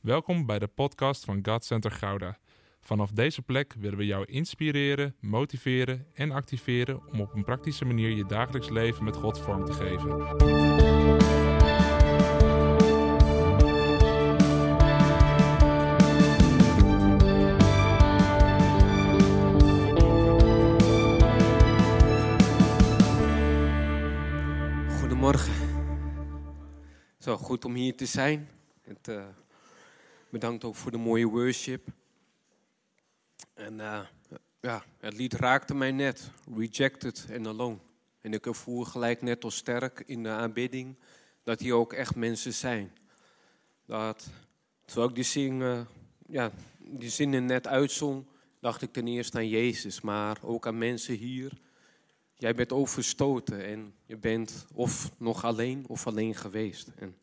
Welkom bij de podcast van God Center Gouda. Vanaf deze plek willen we jou inspireren, motiveren en activeren om op een praktische manier je dagelijks leven met God vorm te geven. Goedemorgen. Zo, goed om hier te zijn. Bedankt ook voor de mooie worship. En het lied raakte mij net. Rejected and Alone. En ik ervoer gelijk net als sterk in de aanbidding dat hier ook echt mensen zijn. Terwijl ik die zinnen net uitzong, dacht ik ten eerste aan Jezus, maar ook aan mensen hier. Jij bent ook verstoten en je bent of nog alleen of alleen geweest. En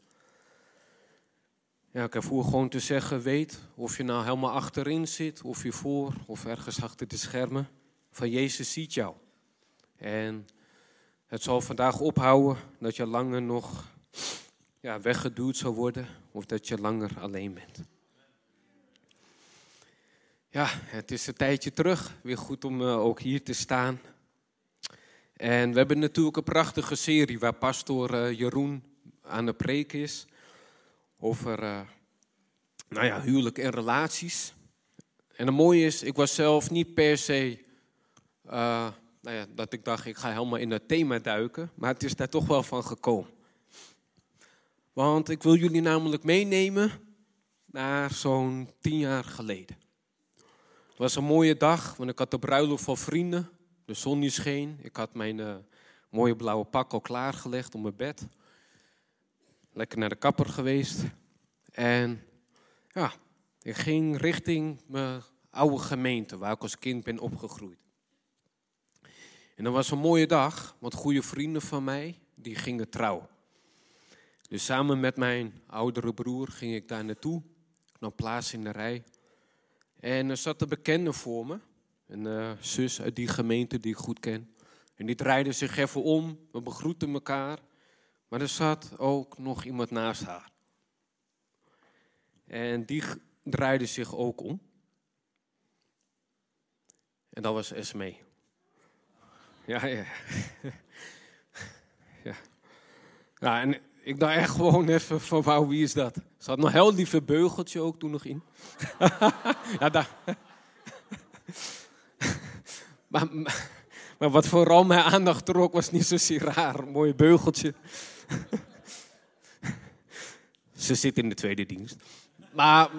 ik ervoer gewoon te zeggen, weet of je nou helemaal achterin zit, of je voor, of ergens achter de schermen, van Jezus ziet jou. En het zal vandaag ophouden dat je langer nog weggeduwd zal worden, of dat je langer alleen bent. Ja, het is een tijdje terug, weer goed om ook hier te staan. En we hebben natuurlijk een prachtige serie waar pastoor Jeroen aan de preek is. Over huwelijk en relaties. En het mooie is, ik was zelf niet per se dat ik dacht ik ga helemaal in dat thema duiken. Maar het is daar toch wel van gekomen. Want ik wil jullie namelijk meenemen naar zo'n 10 jaar geleden. Het was een mooie dag, want ik had de bruiloft van vrienden. De zon scheen. Ik had mijn mooie blauwe pak al klaargelegd op mijn bed. Lekker naar de kapper geweest. En ik ging richting mijn oude gemeente, waar ik als kind ben opgegroeid. En dat was een mooie dag, want goede vrienden van mij, die gingen trouwen. Dus samen met mijn oudere broer ging ik daar naartoe. Ik nam plaats in de rij. En er zat een bekende voor me. Een zus uit die gemeente die ik goed ken. En die draaide zich even om. We begroetten elkaar. Maar er zat ook nog iemand naast haar. En die draaide zich ook om. En dat was Esme. Ja. Ja, en ik dacht echt gewoon even van wauw, wie is dat? Ze had nog een heel lieve beugeltje ook toen nog in. Ja, daar. Maar wat vooral mijn aandacht trok was niet zozeer raar. Een mooie beugeltje. Ze zit in de tweede dienst. Maar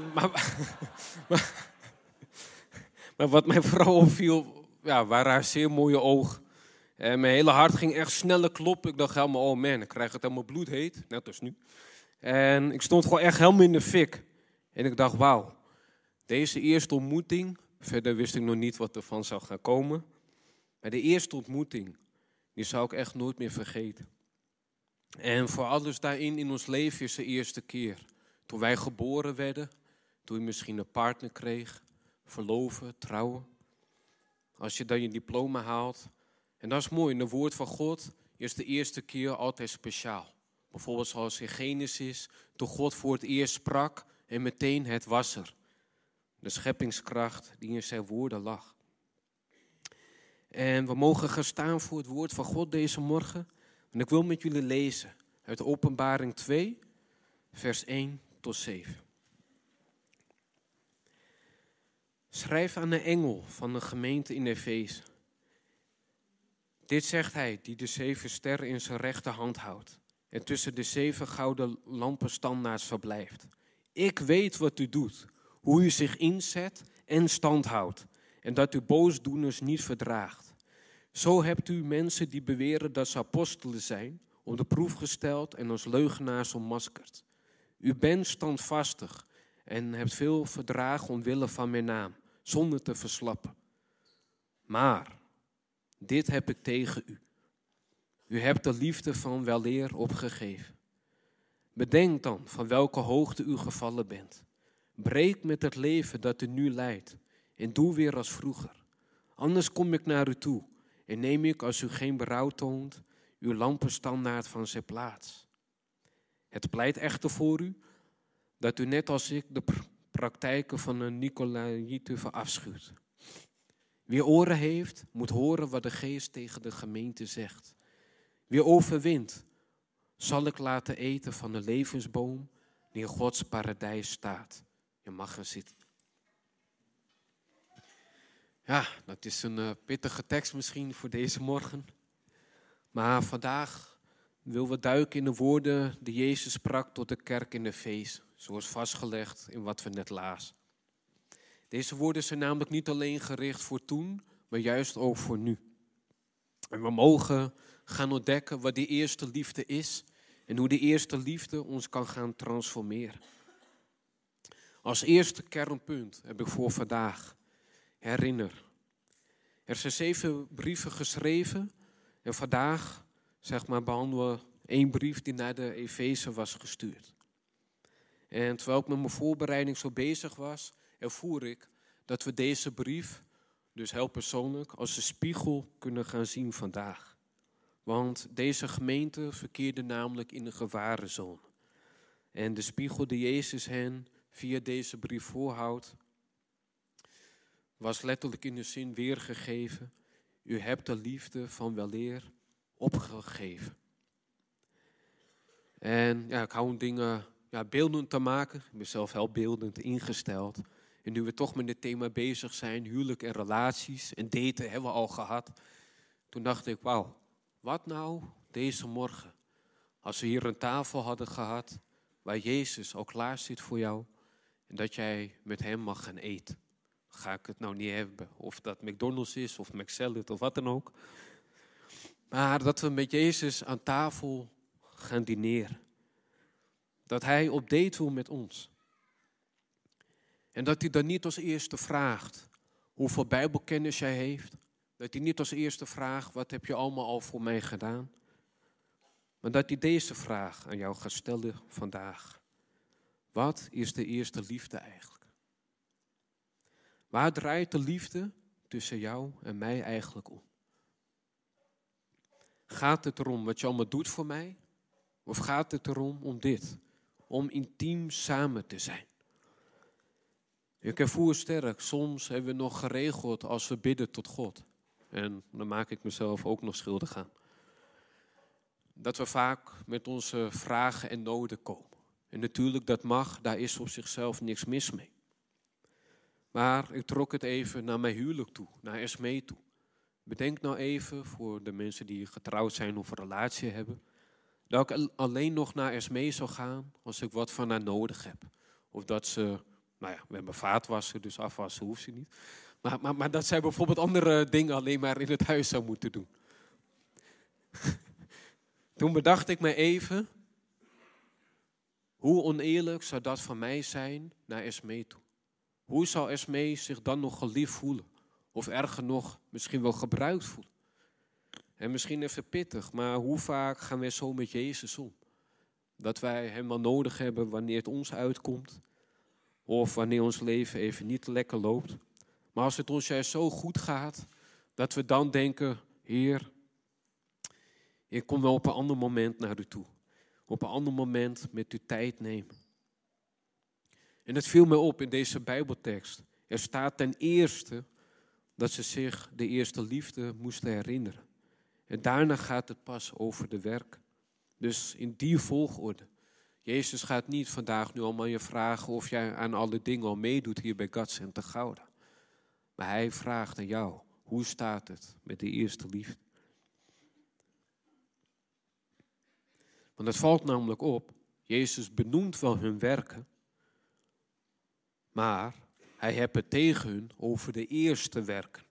wat mij vooral opviel, waren haar zeer mooie ogen. En mijn hele hart ging echt sneller kloppen. Ik dacht helemaal, oh man, ik krijg het helemaal bloedheet. Net als nu. En ik stond gewoon echt helemaal in de fik. En ik dacht, wauw, deze eerste ontmoeting. Verder wist ik nog niet wat er van zou gaan komen. Maar de eerste ontmoeting, die zou ik echt nooit meer vergeten. En voor alles daarin in ons leven is de eerste keer. Toen wij geboren werden, toen je misschien een partner kreeg, verloven, trouwen. Als je dan je diploma haalt. En dat is mooi, in het woord van God is de eerste keer altijd speciaal. Bijvoorbeeld zoals in Genesis, toen God voor het eerst sprak en meteen het was er. De scheppingskracht die in zijn woorden lag. En we mogen gaan staan voor het woord van God deze morgen. En ik wil met jullie lezen uit Openbaring 2, vers 1 tot 7. Schrijf aan de engel van de gemeente in Efeze. Dit zegt hij die de 7 sterren in zijn rechterhand houdt. En tussen de 7 gouden lampenstandaards verblijft. Ik weet wat u doet. Hoe u zich inzet en stand houdt. En dat u boosdoeners niet verdraagt. Zo hebt u mensen die beweren dat ze apostelen zijn, op de proef gesteld en als leugenaars ontmaskerd. U bent standvastig en hebt veel verdragen omwille van mijn naam, zonder te verslappen. Maar dit heb ik tegen u. U hebt de liefde van weleer opgegeven. Bedenk dan van welke hoogte u gevallen bent. Breek met het leven dat u nu leidt en doe weer als vroeger. Anders kom ik naar u toe en neem ik, als u geen berouw toont, uw lampenstandaard van zijn plaats. Het pleit echter voor u dat u net als ik de praktijken van een Nicolaïte verafschuwt. Wie oren heeft, moet horen wat de Geest tegen de gemeente zegt. Wie overwint, zal ik laten eten van de levensboom die in Gods paradijs staat. Je mag gaan zitten. Ja, dat is een pittige tekst misschien voor deze morgen. Maar vandaag willen we duiken in de woorden die Jezus sprak tot de kerk in Efeze, zoals vastgelegd in wat we net lazen. Deze woorden zijn namelijk niet alleen gericht voor toen, maar juist ook voor nu. En we mogen gaan ontdekken wat die eerste liefde is en hoe die eerste liefde ons kan gaan transformeren. Als eerste kernpunt heb ik voor vandaag: herinner. Er zijn 7 brieven geschreven en vandaag behandelen we 1 brief die naar de Efeze was gestuurd. En terwijl ik met mijn voorbereiding zo bezig was, ervoer ik dat we deze brief, dus heel persoonlijk, als een spiegel kunnen gaan zien vandaag. Want deze gemeente verkeerde namelijk in een gevarenzone. En de spiegel die Jezus hen via deze brief voorhoudt, was letterlijk in de zin weergegeven: u hebt de liefde van weleer opgegeven. En ja, ik hou dingen beeldend te maken. Ik ben zelf heel beeldend ingesteld. En nu we toch met dit thema bezig zijn, huwelijk en relaties en daten hebben we al gehad. Toen dacht ik, wauw, wat nou deze morgen? Als we hier een tafel hadden gehad waar Jezus al klaar zit voor jou en dat jij met hem mag gaan eten. Ga ik het nou niet hebben, of dat McDonald's is of McSalad of wat dan ook. Maar dat we met Jezus aan tafel gaan dineren. Dat hij op date wil met ons. En dat hij dan niet als eerste vraagt hoeveel Bijbelkennis jij heeft. Dat hij niet als eerste vraagt, wat heb je allemaal al voor mij gedaan. Maar dat hij deze vraag aan jou gaat stellen vandaag. Wat is de eerste liefde eigenlijk? Waar draait de liefde tussen jou en mij eigenlijk om? Gaat het erom wat je allemaal doet voor mij? Of gaat het erom om dit? Om intiem samen te zijn. Ik ervoer sterk, soms hebben we nog geregeld als we bidden tot God. En dan maak ik mezelf ook nog schuldig aan. Dat we vaak met onze vragen en noden komen. En natuurlijk, dat mag, daar is op zichzelf niks mis mee. Maar ik trok het even naar mijn huwelijk toe, naar Esmee toe. Bedenk nou even, voor de mensen die getrouwd zijn of een relatie hebben, dat ik alleen nog naar Esmee zou gaan als ik wat van haar nodig heb. Of dat ze, we hebben vaatwassen, dus afwassen hoeft ze niet. Maar dat zij bijvoorbeeld andere dingen alleen maar in het huis zou moeten doen. Toen bedacht ik me even, hoe oneerlijk zou dat van mij zijn naar Esmee toe? Hoe zou Esmee zich dan nog geliefd voelen? Of erger nog, misschien wel gebruikt voelen? En misschien even pittig, maar hoe vaak gaan we zo met Jezus om? Dat wij hem wel nodig hebben wanneer het ons uitkomt. Of wanneer ons leven even niet lekker loopt. Maar als het ons juist zo goed gaat, dat we dan denken, Heer, ik kom wel op een ander moment naar u toe. Op een ander moment met u tijd nemen. En het viel me op in deze Bijbeltekst. Er staat ten eerste dat ze zich de eerste liefde moesten herinneren. En daarna gaat het pas over de werk. Dus in die volgorde. Jezus gaat niet vandaag nu allemaal je vragen of jij aan alle dingen al meedoet hier bij God Center Gouda. Maar hij vraagt aan jou, hoe staat het met de eerste liefde? Want het valt namelijk op, Jezus benoemt wel hun werken, maar hij heeft het tegen hun over de eerste werken.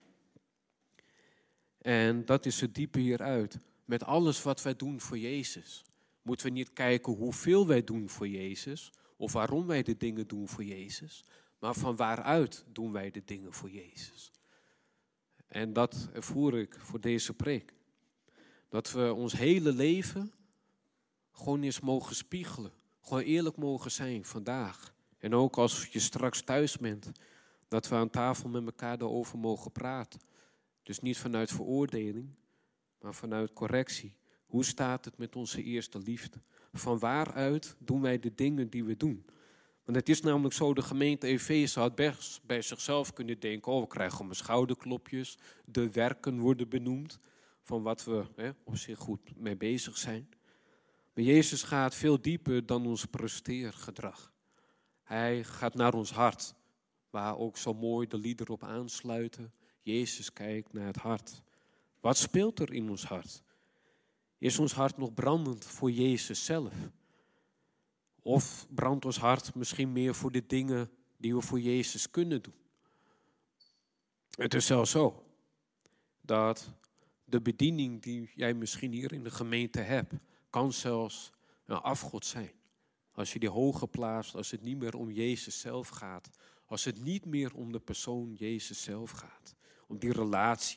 En dat is het diepe hieruit. Met alles wat wij doen voor Jezus, moeten we niet kijken hoeveel wij doen voor Jezus, of waarom wij de dingen doen voor Jezus, maar van waaruit doen wij de dingen voor Jezus. En dat ervoer ik voor deze preek. Dat we ons hele leven gewoon eens mogen spiegelen. Gewoon eerlijk mogen zijn vandaag. En ook als je straks thuis bent, dat we aan tafel met elkaar daarover mogen praten. Dus niet vanuit veroordeling, maar vanuit correctie. Hoe staat het met onze eerste liefde? Van waaruit doen wij de dingen die we doen? Want het is namelijk zo, de gemeente Efeze had best bij zichzelf kunnen denken, we krijgen gewoon schouderklopjes, de werken worden benoemd, van wat we op zich goed mee bezig zijn. Maar Jezus gaat veel dieper dan ons presteergedrag. Hij gaat naar ons hart, waar ook zo mooi de liederen op aansluiten. Jezus kijkt naar het hart. Wat speelt er in ons hart? Is ons hart nog brandend voor Jezus zelf? Of brandt ons hart misschien meer voor de dingen die we voor Jezus kunnen doen? Het is zelfs zo dat de bediening die jij misschien hier in de gemeente hebt, kan zelfs een afgod zijn. Als je die hoger plaatst, als het niet meer om Jezus zelf gaat. Als het niet meer om de persoon Jezus zelf gaat. Om die relatie.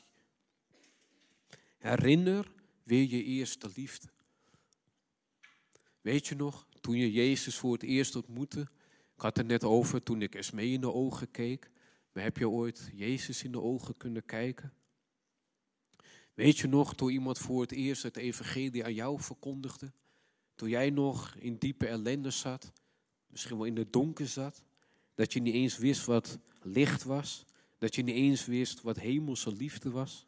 Herinner weer je eerste liefde. Weet je nog, toen je Jezus voor het eerst ontmoette. Ik had het net over toen ik Esmee in de ogen keek. Maar heb je ooit Jezus in de ogen kunnen kijken? Weet je nog, toen iemand voor het eerst het evangelie aan jou verkondigde? Toen jij nog in diepe ellende zat, misschien wel in het donker zat, dat je niet eens wist wat licht was, dat je niet eens wist wat hemelse liefde was.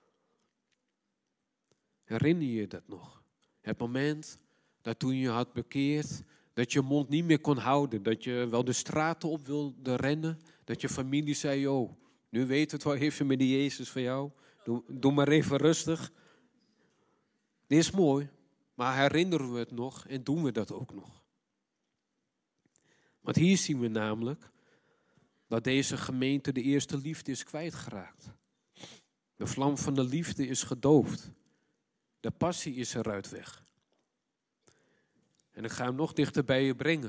Herinner je dat nog? Het moment dat toen je had bekeerd, dat je mond niet meer kon houden, dat je wel de straten op wilde rennen, dat je familie zei, joh, nu weet het wel even met die Jezus van jou, doe maar even rustig. Dit is mooi. Maar herinneren we het nog en doen we dat ook nog? Want hier zien we namelijk dat deze gemeente de eerste liefde is kwijtgeraakt. De vlam van de liefde is gedoofd. De passie is eruit weg. En ik ga hem nog dichter bij je brengen.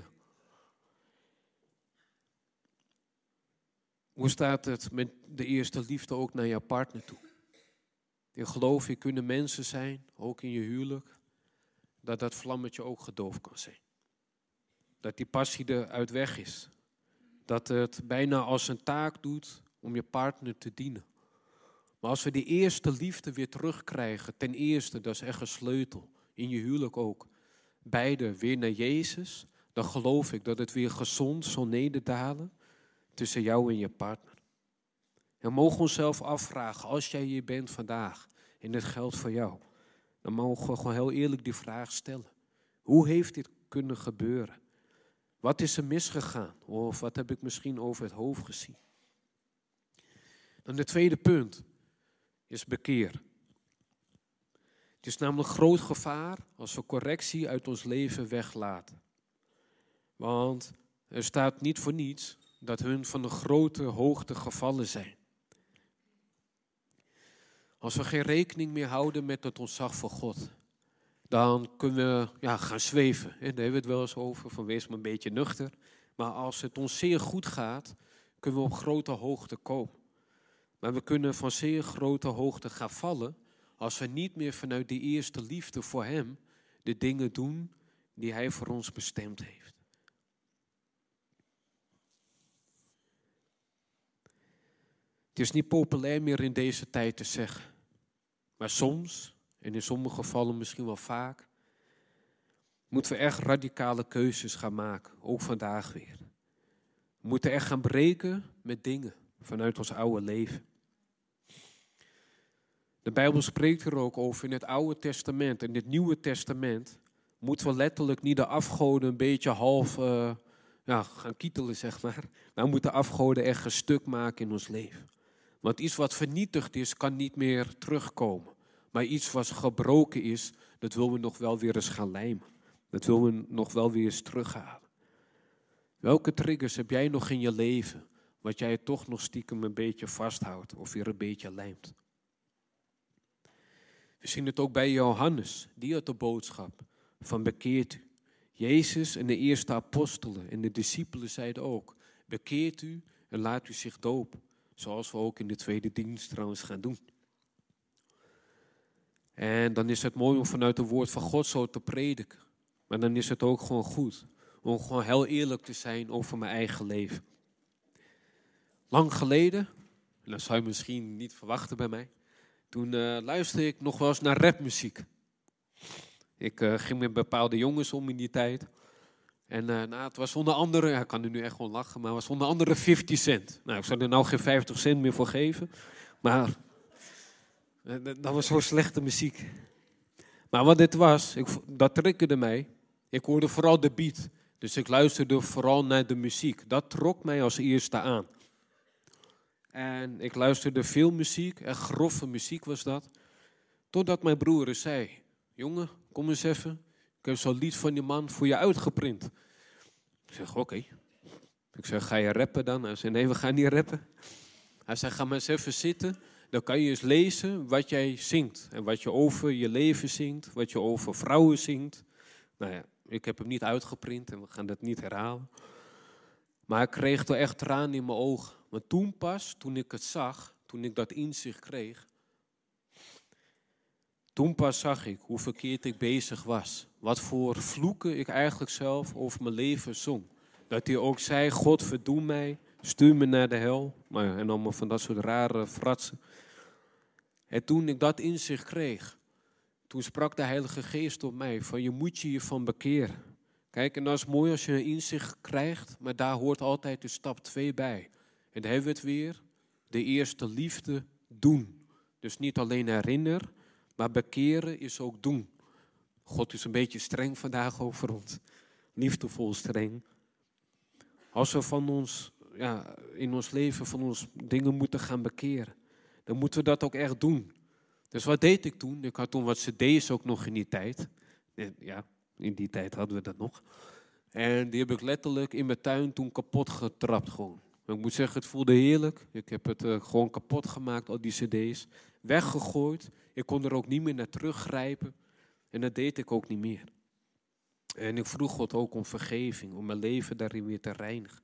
Hoe staat het met de eerste liefde ook naar jouw partner toe? Ik geloof, je kunnen mensen zijn, ook in je huwelijk, dat dat vlammetje ook gedoofd kan zijn. Dat die passie eruit weg is. Dat het bijna als een taak doet om je partner te dienen. Maar als we die eerste liefde weer terugkrijgen, ten eerste, dat is echt een sleutel. In je huwelijk ook. Beide weer naar Jezus, dan geloof ik dat het weer gezond zal nederdalen tussen jou en je partner. En we mogen onszelf afvragen, als jij hier bent vandaag, en dit geldt voor jou, dan mogen we gewoon heel eerlijk die vraag stellen. Hoe heeft dit kunnen gebeuren? Wat is er misgegaan? Of wat heb ik misschien over het hoofd gezien? Dan de tweede punt is bekeer. Het is namelijk groot gevaar als we correctie uit ons leven weglaten. Want er staat niet voor niets dat hun van een grote hoogte gevallen zijn. Als we geen rekening meer houden met het ontzag voor God, dan kunnen we gaan zweven. Daar hebben we het wel eens over, van wees maar een beetje nuchter. Maar als het ons zeer goed gaat, kunnen we op grote hoogte komen. Maar we kunnen van zeer grote hoogte gaan vallen als we niet meer vanuit die eerste liefde voor Hem de dingen doen die Hij voor ons bestemd heeft. Het is niet populair meer in deze tijd te zeggen. Maar soms, en in sommige gevallen misschien wel vaak, moeten we echt radicale keuzes gaan maken. Ook vandaag weer. We moeten echt gaan breken met dingen vanuit ons oude leven. De Bijbel spreekt er ook over in het Oude Testament. In het Nieuwe Testament moeten we letterlijk niet de afgoden een beetje half gaan kietelen, zeg maar. Maar we moeten de afgoden echt een stuk maken in ons leven. Want iets wat vernietigd is, kan niet meer terugkomen. Maar iets wat gebroken is, dat willen we nog wel weer eens gaan lijmen. Dat willen we nog wel weer eens terughalen. Welke triggers heb jij nog in je leven, wat jij toch nog stiekem een beetje vasthoudt of weer een beetje lijmt? We zien het ook bij Johannes, die had de boodschap van bekeert u. Jezus en de eerste apostelen en de discipelen zeiden ook, bekeert u en laat u zich dopen. Zoals we ook in de tweede dienst trouwens gaan doen. En dan is het mooi om vanuit het woord van God zo te prediken. Maar dan is het ook gewoon goed om gewoon heel eerlijk te zijn over mijn eigen leven. Lang geleden, en dat zou je misschien niet verwachten bij mij, toen luisterde ik nog wel eens naar rapmuziek. Ik ging met bepaalde jongens om in die tijd. En het was onder andere, ik kan er nu echt gewoon lachen, maar het was onder andere 50 cent. Nou, ik zou er nou geen 50 cent meer voor geven. Maar dat was zo slechte muziek. Maar wat dit was, dat triggerde mij. Ik hoorde vooral de beat. Dus ik luisterde vooral naar de muziek. Dat trok mij als eerste aan. En ik luisterde veel muziek, echt grove muziek was dat. Totdat mijn broer zei, jongen, kom eens even. Ik heb zo'n lied van die man voor je uitgeprint. Ik zeg, oké. Ik zeg, ga je rappen dan? Hij zei, nee, we gaan niet rappen. Hij zei, ga maar eens even zitten. Dan kan je eens lezen wat jij zingt. En wat je over je leven zingt. Wat je over vrouwen zingt. Nou ja, ik heb hem niet uitgeprint en we gaan dat niet herhalen. Maar ik kreeg toch echt tranen in mijn ogen. Maar toen pas, toen ik het zag, toen ik dat inzicht kreeg. Toen pas zag ik hoe verkeerd ik bezig was. Wat voor vloeken ik eigenlijk zelf over mijn leven zong. Dat hij ook zei, God verdoem mij, stuur me naar de hel. Maar, en allemaal van dat soort rare fratsen. En toen ik dat inzicht kreeg, toen sprak de Heilige Geest op mij van je moet je hiervan bekeren. Kijk, en dat is mooi als je een inzicht krijgt, maar daar hoort altijd de stap 2 bij. En dan hebben we het weer, de eerste liefde doen. Dus niet alleen herinner, maar bekeren is ook doen. God is een beetje streng vandaag over ons. Liefdevol streng. Als we van ons, in ons leven van ons dingen moeten gaan bekeren, dan moeten we dat ook echt doen. Dus wat deed ik toen? Ik had toen wat cd's ook nog in die tijd. Ja, in die tijd hadden we dat nog. En die heb ik letterlijk in mijn tuin toen kapot getrapt gewoon. Ik moet zeggen, het voelde heerlijk. Ik heb het gewoon kapot gemaakt, al die cd's. Weggegooid. Ik kon er ook niet meer naar teruggrijpen. En dat deed ik ook niet meer. En ik vroeg God ook om vergeving, om mijn leven daarin weer te reinigen.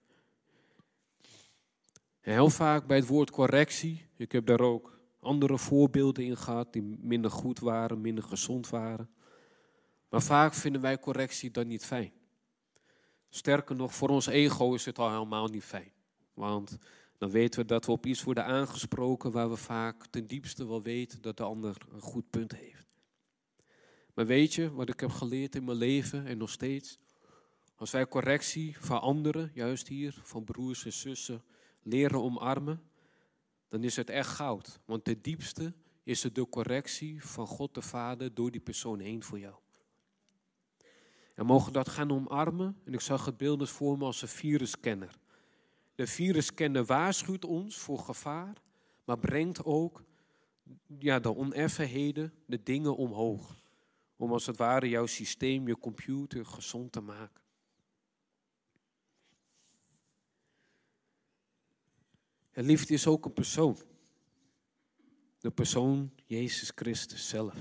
En heel vaak bij het woord correctie, ik heb daar ook andere voorbeelden in gehad die minder goed waren, minder gezond waren. Maar vaak vinden wij correctie dan niet fijn. Sterker nog, voor ons ego is het al helemaal niet fijn. Want dan weten we dat we op iets worden aangesproken waar we vaak ten diepste wel weten dat de ander een goed punt heeft. Maar weet je wat ik heb geleerd in mijn leven en nog steeds? Als wij correctie van anderen, juist hier, van broers en zussen, leren omarmen, dan is het echt goud. Want ten diepste is het de correctie van God de Vader door die persoon heen voor jou. En mogen dat gaan omarmen. En ik zag het beeld dus voor me als een virusscanner. De virusscanner waarschuwt ons voor gevaar, maar brengt ook de oneffenheden, de dingen omhoog. Om als het ware jouw systeem, je computer gezond te maken. En liefde is ook een persoon. De persoon Jezus Christus zelf.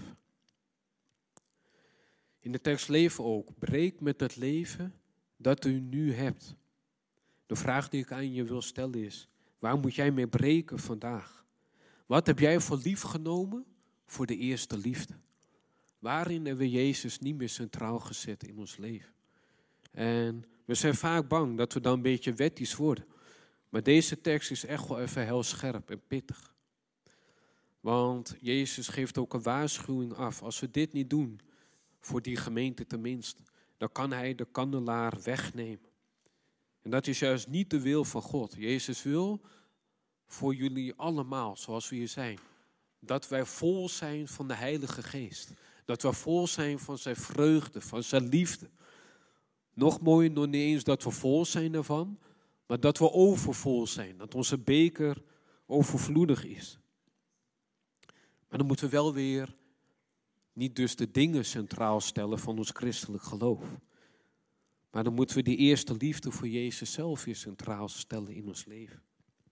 In de tekst leven ook. Breek met het leven dat u nu hebt. De vraag die ik aan je wil stellen is, waar moet jij mee breken vandaag? Wat heb jij voor lief genomen voor de eerste liefde? Waarin hebben we Jezus niet meer centraal gezet in ons leven? En we zijn vaak bang dat we dan een beetje wettisch worden. Maar deze tekst is echt wel even heel scherp en pittig. Want Jezus geeft ook een waarschuwing af. Als we dit niet doen, voor die gemeente tenminste, dan kan hij de kandelaar wegnemen. En dat is juist niet de wil van God. Jezus wil voor jullie allemaal, zoals we hier zijn, dat wij vol zijn van de Heilige Geest. Dat we vol zijn van zijn vreugde, van zijn liefde. Nog mooier, nog niet eens dat we vol zijn ervan, maar dat we overvol zijn. Dat onze beker overvloedig is. Maar dan moeten we wel weer niet dus de dingen centraal stellen van ons christelijk geloof. Maar dan moeten we die eerste liefde voor Jezus zelf weer centraal stellen in ons leven.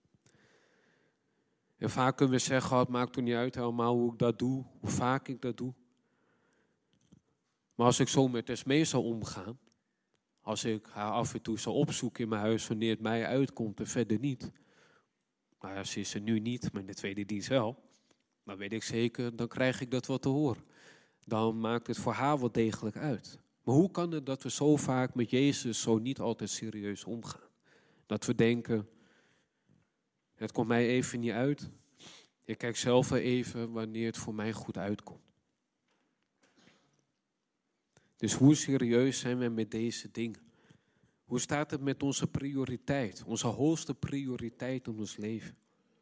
En vaak kunnen we zeggen, het maakt er niet uit helemaal hoe ik dat doe, hoe vaak ik dat doe. Maar als ik zo met Esmee zou omgaan, als ik haar af en toe zou opzoeken in mijn huis wanneer het mij uitkomt en verder niet. Maar ze is er nu niet, maar in de tweede dienst wel. Dan weet ik zeker, dan krijg ik dat wat te horen. Dan maakt het voor haar wel degelijk uit. Maar hoe kan het dat we zo vaak met Jezus zo niet altijd serieus omgaan? Dat we denken, het komt mij even niet uit. Ik kijk zelf wel even wanneer het voor mij goed uitkomt. Dus hoe serieus zijn we met deze dingen? Hoe staat het met onze prioriteit, onze hoogste prioriteit in ons leven?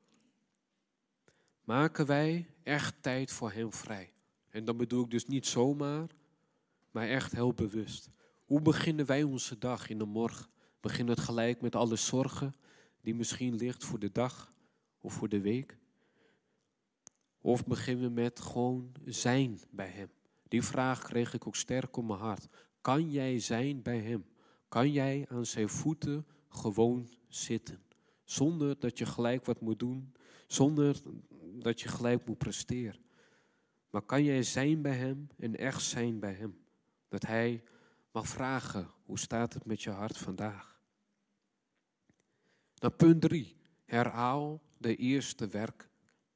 Maken wij echt tijd voor hem vrij? En dan bedoel ik dus niet zomaar, maar echt heel bewust. Hoe beginnen wij onze dag in de morgen? Beginnen het gelijk met alle zorgen die misschien ligt voor de dag of voor de week? Of beginnen we met gewoon zijn bij hem? Die vraag kreeg ik ook sterk op mijn hart. Kan jij zijn bij hem? Kan jij aan zijn voeten gewoon zitten? Zonder dat je gelijk wat moet doen. Zonder dat je gelijk moet presteren. Maar kan jij zijn bij hem en echt zijn bij hem? Dat hij mag vragen, hoe staat het met je hart vandaag? Dan punt 3. Herhaal de eerste werken.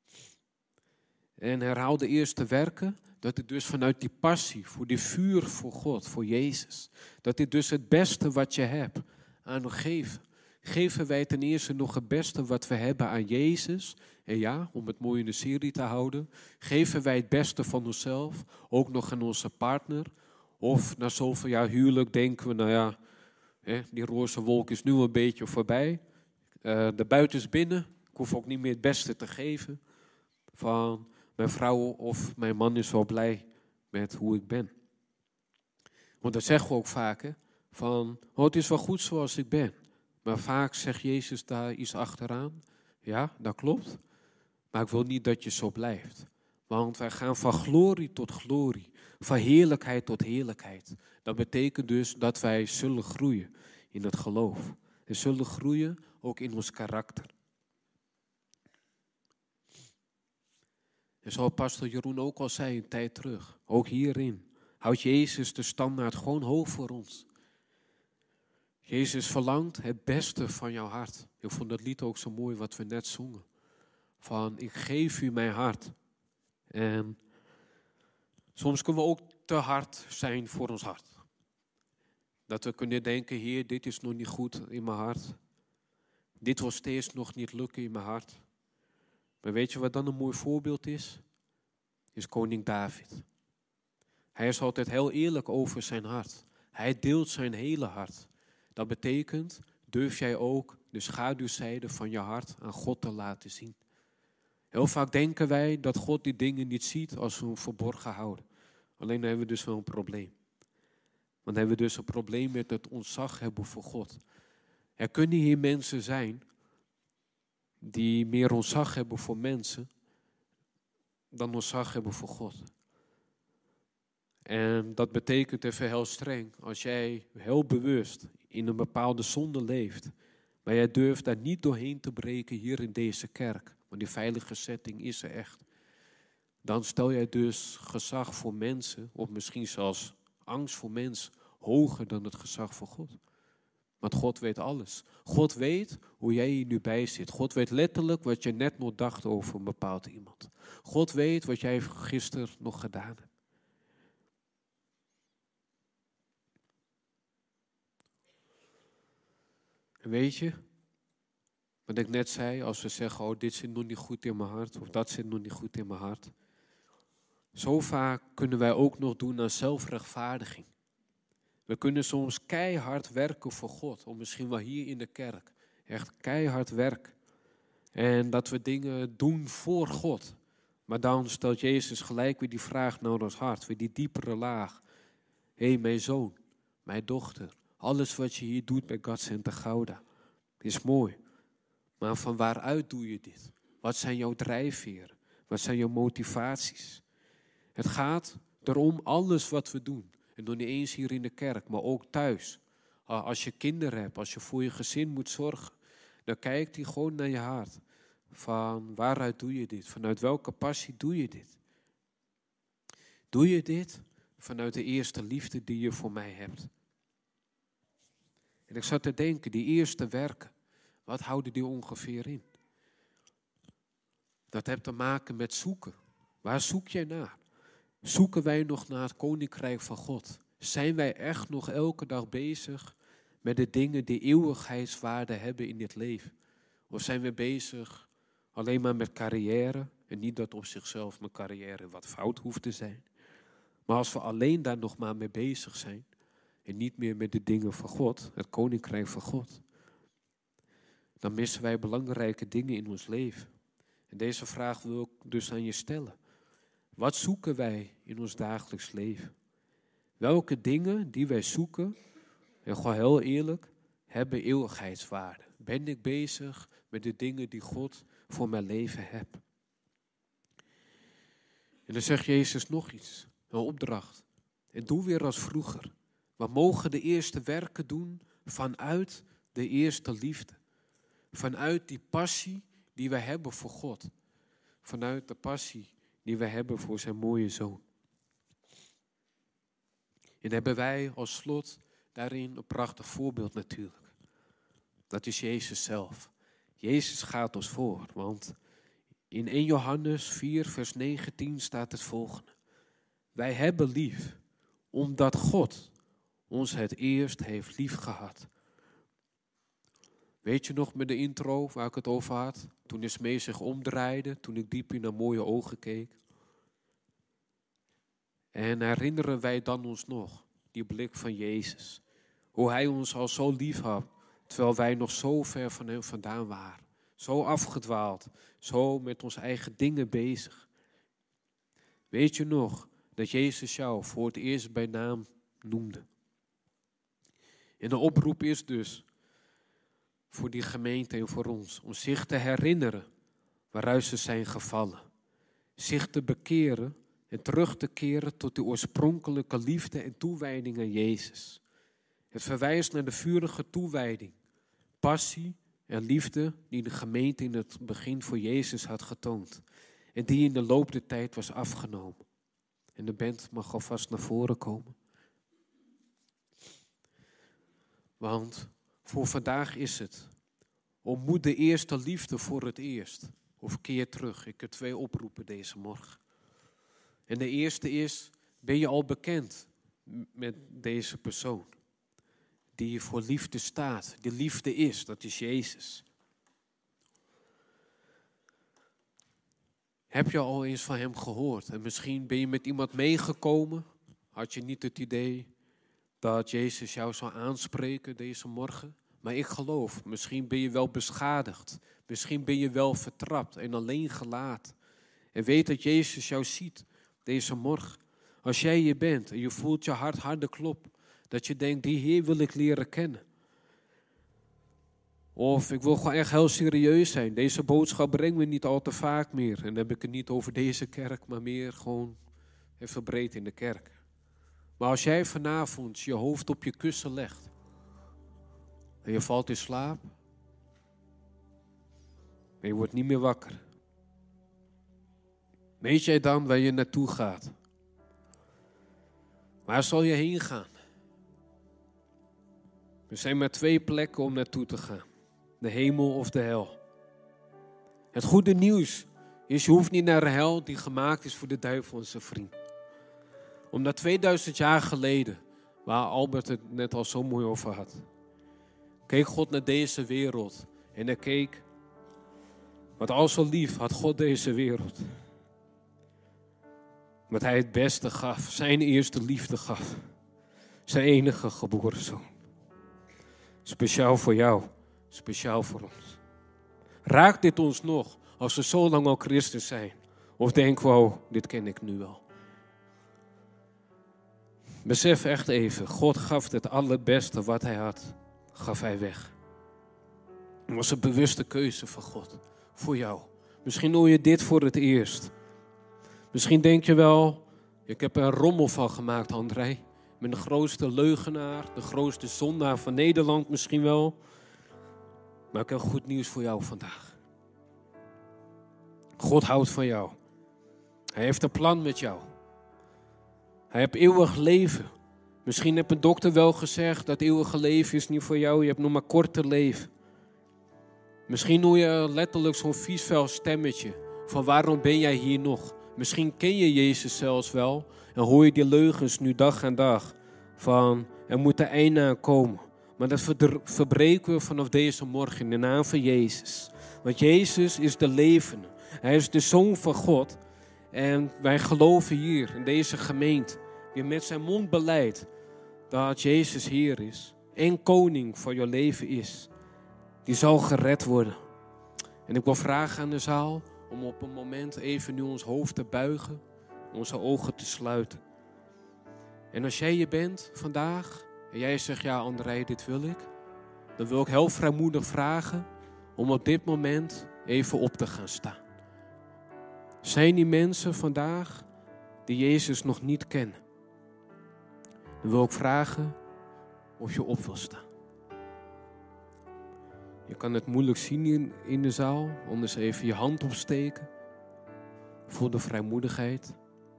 En herhaal de eerste werken, dat het dus vanuit die passie, voor die vuur voor God, voor Jezus, dat dit dus het beste wat je hebt aan nog geven. Geven wij ten eerste nog het beste wat we hebben aan Jezus. En ja, om het mooi in de serie te houden, geven wij het beste van onszelf, ook nog aan onze partner. Of na zoveel jaar huwelijk denken we, nou ja, die roze wolk is nu een beetje voorbij. De buiten is binnen, ik hoef ook niet meer het beste te geven. Van mijn vrouw of mijn man is wel blij met hoe ik ben. Want dat zeggen we ook vaak, hè? Van, het is wel goed zoals ik ben. Maar vaak zegt Jezus daar iets achteraan. Ja, dat klopt. Maar ik wil niet dat je zo blijft. Want wij gaan van glorie tot glorie. Van heerlijkheid tot heerlijkheid. Dat betekent dus dat wij zullen groeien in het geloof. En zullen groeien ook in ons karakter. En zoals pastor Jeroen ook al zei een tijd terug. Ook hierin houdt Jezus de standaard gewoon hoog voor ons. Jezus verlangt het beste van jouw hart. Ik vond dat lied ook zo mooi wat we net zongen. Van, ik geef u mijn hart. En soms kunnen we ook te hard zijn voor ons hart. Dat we kunnen denken, Heer, dit is nog niet goed in mijn hart. Dit wil steeds nog niet lukken in mijn hart. Maar weet je wat dan een mooi voorbeeld is? Is koning David. Hij is altijd heel eerlijk over zijn hart. Hij deelt zijn hele hart. Dat betekent, durf jij ook de schaduwzijde van je hart aan God te laten zien. Heel vaak denken wij dat God die dingen niet ziet als we hem verborgen houden. Alleen dan hebben we dus wel een probleem. Want dan hebben we dus een probleem met het ontzag hebben voor God. Er kunnen hier mensen zijn die meer ontzag hebben voor mensen dan ontzag hebben voor God. En dat betekent even heel streng, als jij heel bewust in een bepaalde zonde leeft, maar jij durft daar niet doorheen te breken hier in deze kerk, want die veilige setting is er echt, dan stel jij dus gezag voor mensen, of misschien zelfs angst voor mensen, hoger dan het gezag voor God. Want God weet alles. God weet hoe jij hier nu bij zit. God weet letterlijk wat je net nog dacht over een bepaald iemand. God weet wat jij gisteren nog gedaan hebt. En weet je, wat ik net zei, als we zeggen, dit zit nog niet goed in mijn hart, of dat zit nog niet goed in mijn hart. Zo vaak kunnen wij ook nog doen aan zelfrechtvaardiging. We kunnen soms keihard werken voor God, of misschien wel hier in de kerk. Echt keihard werken. En dat we dingen doen voor God. Maar dan stelt Jezus gelijk weer die vraag naar ons hart, weer die diepere laag. Hé, mijn zoon, mijn dochter, alles wat je hier doet bij God Center Gouda, is mooi. Maar van waaruit doe je dit? Wat zijn jouw drijfveren? Wat zijn jouw motivaties? Het gaat erom alles wat we doen. En nog niet eens hier in de kerk, maar ook thuis. Als je kinderen hebt, als je voor je gezin moet zorgen, dan kijkt hij gewoon naar je hart. Van waaruit doe je dit? Vanuit welke passie doe je dit? Doe je dit vanuit de eerste liefde die je voor mij hebt? En ik zat te denken, die eerste werken, wat houden die ongeveer in? Dat heeft te maken met zoeken. Waar zoek jij naar? Zoeken wij nog naar het koninkrijk van God? Zijn wij echt nog elke dag bezig met de dingen die eeuwigheidswaarde hebben in dit leven? Of zijn we bezig alleen maar met carrière? En niet dat op zichzelf mijn carrière wat fout hoeft te zijn. Maar als we alleen daar nog maar mee bezig zijn, en niet meer met de dingen van God, het koninkrijk van God, dan missen wij belangrijke dingen in ons leven. En deze vraag wil ik dus aan je stellen. Wat zoeken wij in ons dagelijks leven? Welke dingen die wij zoeken, en gewoon heel eerlijk, hebben eeuwigheidswaarde? Ben ik bezig met de dingen die God voor mijn leven heeft? En dan zegt Jezus nog iets, een opdracht. En doe weer als vroeger. We mogen de eerste werken doen vanuit de eerste liefde. Vanuit die passie die wij hebben voor God. Vanuit de passie die wij hebben voor zijn mooie zoon. En hebben wij als slot daarin een prachtig voorbeeld natuurlijk. Dat is Jezus zelf. Jezus gaat ons voor, want in 1 Johannes 4 vers 19 staat het volgende. Wij hebben lief, omdat God ons het eerst heeft lief gehad. Weet je nog met de intro waar ik het over had? Toen Ismee zich omdraaide, toen ik diep in haar mooie ogen keek. En herinneren wij dan ons nog, die blik van Jezus. Hoe hij ons al zo lief had, terwijl wij nog zo ver van hem vandaan waren. Zo afgedwaald, zo met onze eigen dingen bezig. Weet je nog dat Jezus jou voor het eerst bij naam noemde? En de oproep is dus voor die gemeente en voor ons, om zich te herinneren waaruit ze zijn gevallen. Zich te bekeren en terug te keren tot de oorspronkelijke liefde en toewijding aan Jezus. Het verwijst naar de vurige toewijding, passie en liefde die de gemeente in het begin voor Jezus had getoond. En die in de loop der tijd was afgenomen. En de band mag alvast naar voren komen. Want voor vandaag is het, ontmoet de eerste liefde voor het eerst. Of keer terug. Ik heb 2 oproepen deze morgen. En de eerste is, ben je al bekend met deze persoon? Die voor liefde staat. Die liefde is, dat is Jezus. Heb je al eens van hem gehoord? En misschien ben je met iemand meegekomen. Had je niet het idee dat Jezus jou zou aanspreken deze morgen? Maar ik geloof, misschien ben je wel beschadigd. Misschien ben je wel vertrapt en alleen gelaten. En weet dat Jezus jou ziet deze morgen. Als jij hier bent en je voelt je hart harder kloppen. Dat je denkt, die Heer wil ik leren kennen. Of ik wil gewoon echt heel serieus zijn. Deze boodschap brengt me niet al te vaak meer. En dan heb ik het niet over deze kerk, maar meer gewoon even breed in de kerk. Maar als jij vanavond je hoofd op je kussen legt. En je valt in slaap. En je wordt niet meer wakker. Weet jij dan waar je naartoe gaat? Waar zal je heen gaan? Er zijn maar 2 plekken om naartoe te gaan. De hemel of de hel. Het goede nieuws is, je hoeft niet naar de hel die gemaakt is voor de duivel en zijn vriend. Omdat 2000 jaar geleden, waar Albert het net al zo mooi over had, keek God naar deze wereld. En hij keek, wat al zo lief had God deze wereld. Dat hij het beste gaf, zijn eerste liefde gaf. Zijn enige geboren zoon. Speciaal voor jou, speciaal voor ons. Raakt dit ons nog, als we zo lang al christen zijn? Of denken we, oh, dit ken ik nu wel. Besef echt even, God gaf het allerbeste wat hij had, gaf hij weg. Het was een bewuste keuze van God, voor jou. Misschien hoor je dit voor het eerst. Misschien denk je wel, ik heb er een rommel van gemaakt, André. Ik ben de grootste leugenaar, de grootste zondaar van Nederland misschien wel. Maar ik heb goed nieuws voor jou vandaag. God houdt van jou. Hij heeft een plan met jou. Hij heeft eeuwig leven. Misschien heeft een dokter wel gezegd dat eeuwige leven is niet voor jou. Je hebt nog maar korte leven. Misschien hoor je letterlijk zo'n vies vuil stemmetje. Van waarom ben jij hier nog? Misschien ken je Jezus zelfs wel. En hoor je die leugens nu dag aan dag. Van er moet een einde aan komen. Maar dat verbreken we vanaf deze morgen in de naam van Jezus. Want Jezus is de levende. Hij is de Zoon van God. En wij geloven hier in deze gemeente. Weer met zijn mond beleid dat Jezus Heer is en koning van je leven is, die zal gered worden. En ik wil vragen aan de zaal om op een moment even nu ons hoofd te buigen, onze ogen te sluiten. En als jij je bent vandaag en jij zegt, ja André, dit wil ik, dan wil ik heel vrijmoedig vragen om op dit moment even op te gaan staan. Zijn die mensen vandaag die Jezus nog niet kennen? Dan wil ik vragen of je op wil staan. Je kan het moeilijk zien in de zaal, anders even je hand opsteken voor de vrijmoedigheid.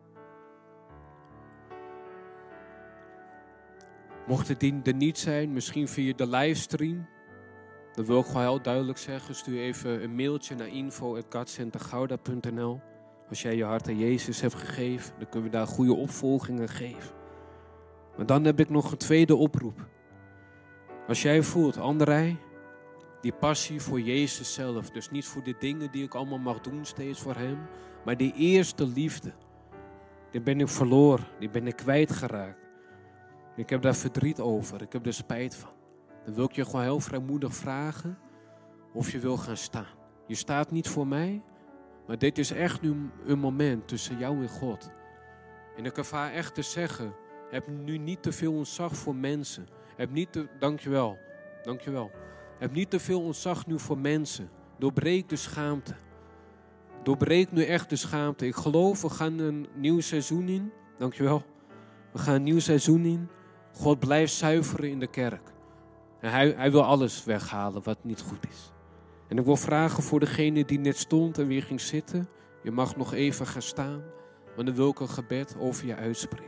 Mocht het er niet zijn, misschien via de livestream, dan wil ik gewoon heel duidelijk zeggen, stuur even een mailtje naar info@godcentergouda.nl. Als jij je hart aan Jezus hebt gegeven, dan kunnen we daar goede opvolgingen geven. Maar dan heb ik nog een tweede oproep. Als jij voelt, André, die passie voor Jezus zelf, dus niet voor de dingen die ik allemaal mag doen steeds voor Hem, maar die eerste liefde, die ben ik verloren, die ben ik kwijtgeraakt. Ik heb daar verdriet over, ik heb er spijt van. Dan wil ik je gewoon heel vrijmoedig vragen of je wil gaan staan. Je staat niet voor mij, maar dit is echt nu een moment tussen jou en God. En ik ervaar echt te zeggen, heb nu niet te veel ontzag voor mensen. Dankjewel. Heb niet te veel ontzag nu voor mensen. Doorbreek de schaamte. Doorbreek nu echt de schaamte. Ik geloof, we gaan een nieuw seizoen in. Dankjewel. We gaan een nieuw seizoen in. God blijft zuiveren in de kerk. En hij wil alles weghalen wat niet goed is. En ik wil vragen voor degene die net stond en weer ging zitten. Je mag nog even gaan staan. Maar dan wil ik een gebed over je uitspreken.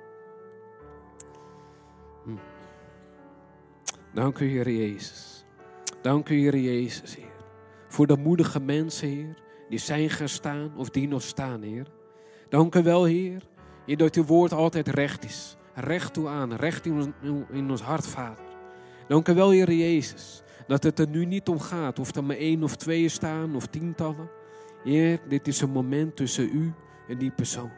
Dank u, Heer Jezus. Dank u, Heer Jezus, Heer. Voor de moedige mensen, Heer, die zijn gaan staan of die nog staan, Heer. Dank u wel, Heer. Heer, dat uw woord altijd recht is. Recht toe aan, recht in ons hart, Vader. Dank u wel, Heer Jezus, dat het er nu niet om gaat of er maar 1 of 2 staan of tientallen. Heer, dit is een moment tussen u en die persoon.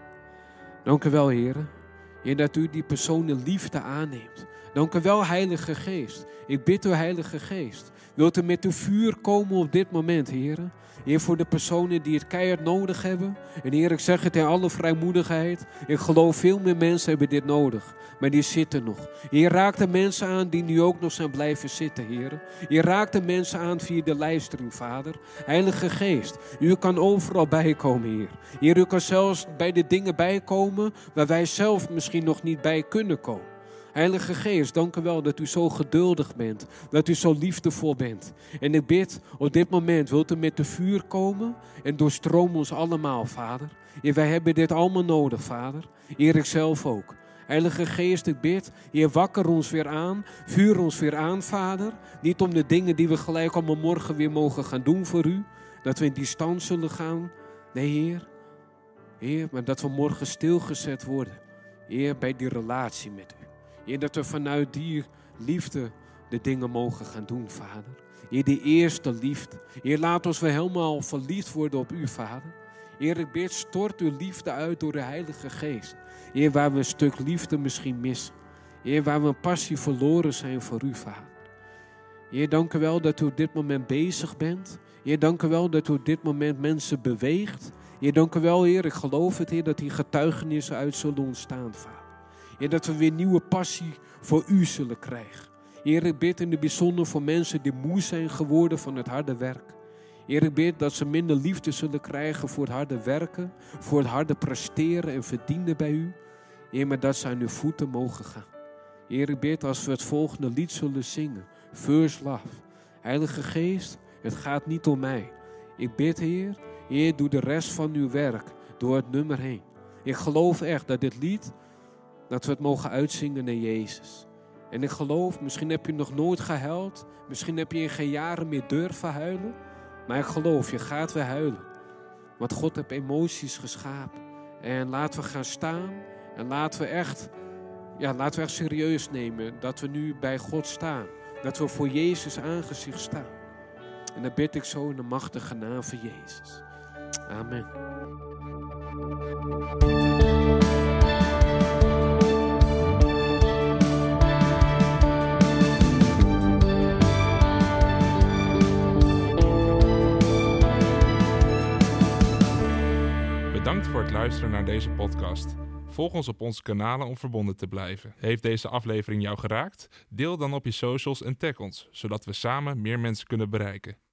Dank u wel, Heer. Heer, dat u die persoon in liefde aanneemt. Dank u wel, Heilige Geest. Ik bid u, Heilige Geest. Wilt u met uw vuur komen op dit moment, Heer? Heer, voor de personen die het keihard nodig hebben. En Heer, ik zeg het in alle vrijmoedigheid. Ik geloof veel meer mensen hebben dit nodig. Maar die zitten nog. Heer, raak de mensen aan die nu ook nog zijn blijven zitten, Heer. Heer, raak de mensen aan via de livestream, Vader. Heilige Geest, u kan overal bijkomen, Heer. Heer, u kan zelfs bij de dingen bijkomen waar wij zelf misschien nog niet bij kunnen komen. Heilige Geest, dank u wel dat u zo geduldig bent, dat u zo liefdevol bent. En ik bid, op dit moment wilt u met de vuur komen en doorstroom ons allemaal, Vader. Heer, wij hebben dit allemaal nodig, Vader. Heer, ik zelf ook. Heilige Geest, ik bid, Heer, wakker ons weer aan, vuur ons weer aan, Vader. Niet om de dingen die we gelijk allemaal morgen weer mogen gaan doen voor u, dat we in die stand zullen gaan. Nee, Heer. Heer, maar dat we morgen stilgezet worden. Heer, bij die relatie met u. Heer, dat we vanuit die liefde de dingen mogen gaan doen, Vader. Heer, die eerste liefde. Heer, laat ons weer helemaal verliefd worden op u, Vader. Heer, ik bid, stort uw liefde uit door de Heilige Geest. Heer, waar we een stuk liefde misschien missen. Heer, waar we een passie verloren zijn voor u, Vader. Heer, dank u wel dat u op dit moment bezig bent. Heer, dank u wel dat u op dit moment mensen beweegt. Heer, dank u wel, Heer, ik geloof het, Heer, dat die getuigenissen uit zullen ontstaan, Vader. Heer, dat we weer nieuwe passie voor u zullen krijgen. Heer, ik bid in het bijzonder voor mensen die moe zijn geworden van het harde werk. Heer, ik bid dat ze minder liefde zullen krijgen voor het harde werken, voor het harde presteren en verdienen bij u. Heer, maar dat ze aan uw voeten mogen gaan. Heer, ik bid als we het volgende lied zullen zingen. First Love. Heilige Geest, het gaat niet om mij. Ik bid, Heer, Heer, doe de rest van uw werk door het nummer heen. Ik geloof echt dat dit lied, dat we het mogen uitzingen naar Jezus. En ik geloof, misschien heb je nog nooit gehuild. Misschien heb je in geen jaren meer durven huilen. Maar ik geloof, je gaat weer huilen. Want God heeft emoties geschapen. En laten we gaan staan. En laten we echt serieus nemen dat we nu bij God staan. Dat we voor Jezus aangezicht staan. En dat bid ik zo in de machtige naam van Jezus. Amen. Bedankt voor het luisteren naar deze podcast. Volg ons op onze kanalen om verbonden te blijven. Heeft deze aflevering jou geraakt? Deel dan op je socials en tag ons, zodat we samen meer mensen kunnen bereiken.